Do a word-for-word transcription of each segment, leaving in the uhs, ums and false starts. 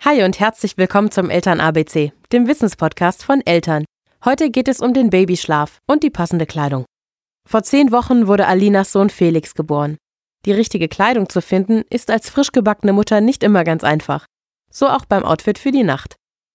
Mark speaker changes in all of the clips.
Speaker 1: Hi und herzlich willkommen zum Eltern-A B C, dem Wissenspodcast von Eltern. Heute geht es um den Babyschlaf und die passende Kleidung. Vor zehn Wochen wurde Alinas Sohn Felix geboren. Die richtige Kleidung zu finden, ist als frisch gebackene Mutter nicht immer ganz einfach. So auch beim Outfit für die Nacht.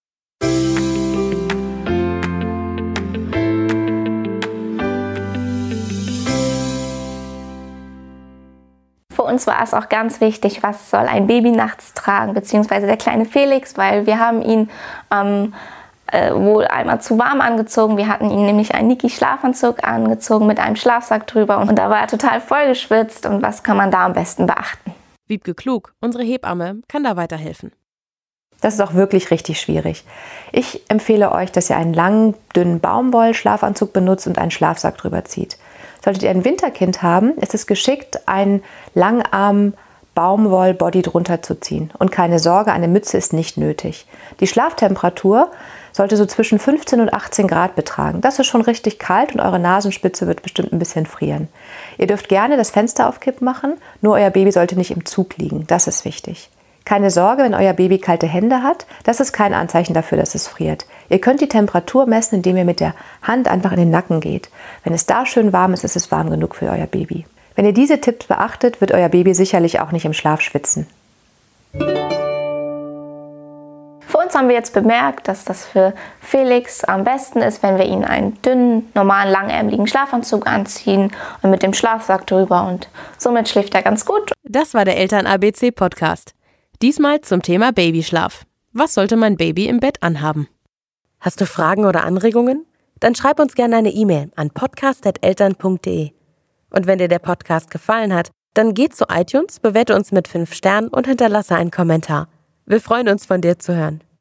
Speaker 2: Für uns war es auch ganz wichtig, was soll ein Baby nachts tragen, beziehungsweise der kleine Felix, weil wir haben ihn ähm, äh, wohl einmal zu warm angezogen. Wir hatten ihm nämlich einen Niki-Schlafanzug angezogen mit einem Schlafsack drüber und da war er total vollgeschwitzt. Und was kann man da am besten beachten?
Speaker 1: Wiebke Klug, unsere Hebamme, kann da weiterhelfen.
Speaker 3: Das ist auch wirklich richtig schwierig. Ich empfehle euch, dass ihr einen langen, dünnen Baumwoll-Schlafanzug benutzt und einen Schlafsack drüber zieht. Solltet ihr ein Winterkind haben, ist es geschickt, einen langarm Baumwoll-Body drunter zu ziehen. Und keine Sorge, eine Mütze ist nicht nötig. Die Schlaftemperatur sollte so zwischen fünfzehn und achtzehn Grad betragen. Das ist schon richtig kalt und eure Nasenspitze wird bestimmt ein bisschen frieren. Ihr dürft gerne das Fenster auf Kipp machen, nur euer Baby sollte nicht im Zug liegen. Das ist wichtig. Keine Sorge, wenn euer Baby kalte Hände hat, das ist kein Anzeichen dafür, dass es friert. Ihr könnt die Temperatur messen, indem ihr mit der Hand einfach in den Nacken geht. Wenn es da schön warm ist, ist es warm genug für euer Baby. Wenn ihr diese Tipps beachtet, wird euer Baby sicherlich auch nicht im Schlaf schwitzen.
Speaker 2: Für uns haben wir jetzt bemerkt, dass das für Felix am besten ist, wenn wir ihn einen dünnen, normalen, langärmeligen Schlafanzug anziehen und mit dem Schlafsack drüber und somit schläft er ganz gut.
Speaker 1: Das war der Eltern-A B C-Podcast. Diesmal zum Thema Babyschlaf. Was sollte mein Baby im Bett anhaben? Hast du Fragen oder Anregungen? Dann schreib uns gerne eine E-Mail an podcast at eltern punkt de. Und wenn dir der Podcast gefallen hat, dann geh zu iTunes, bewerte uns mit fünf Sternen und hinterlasse einen Kommentar. Wir freuen uns, von dir zu hören.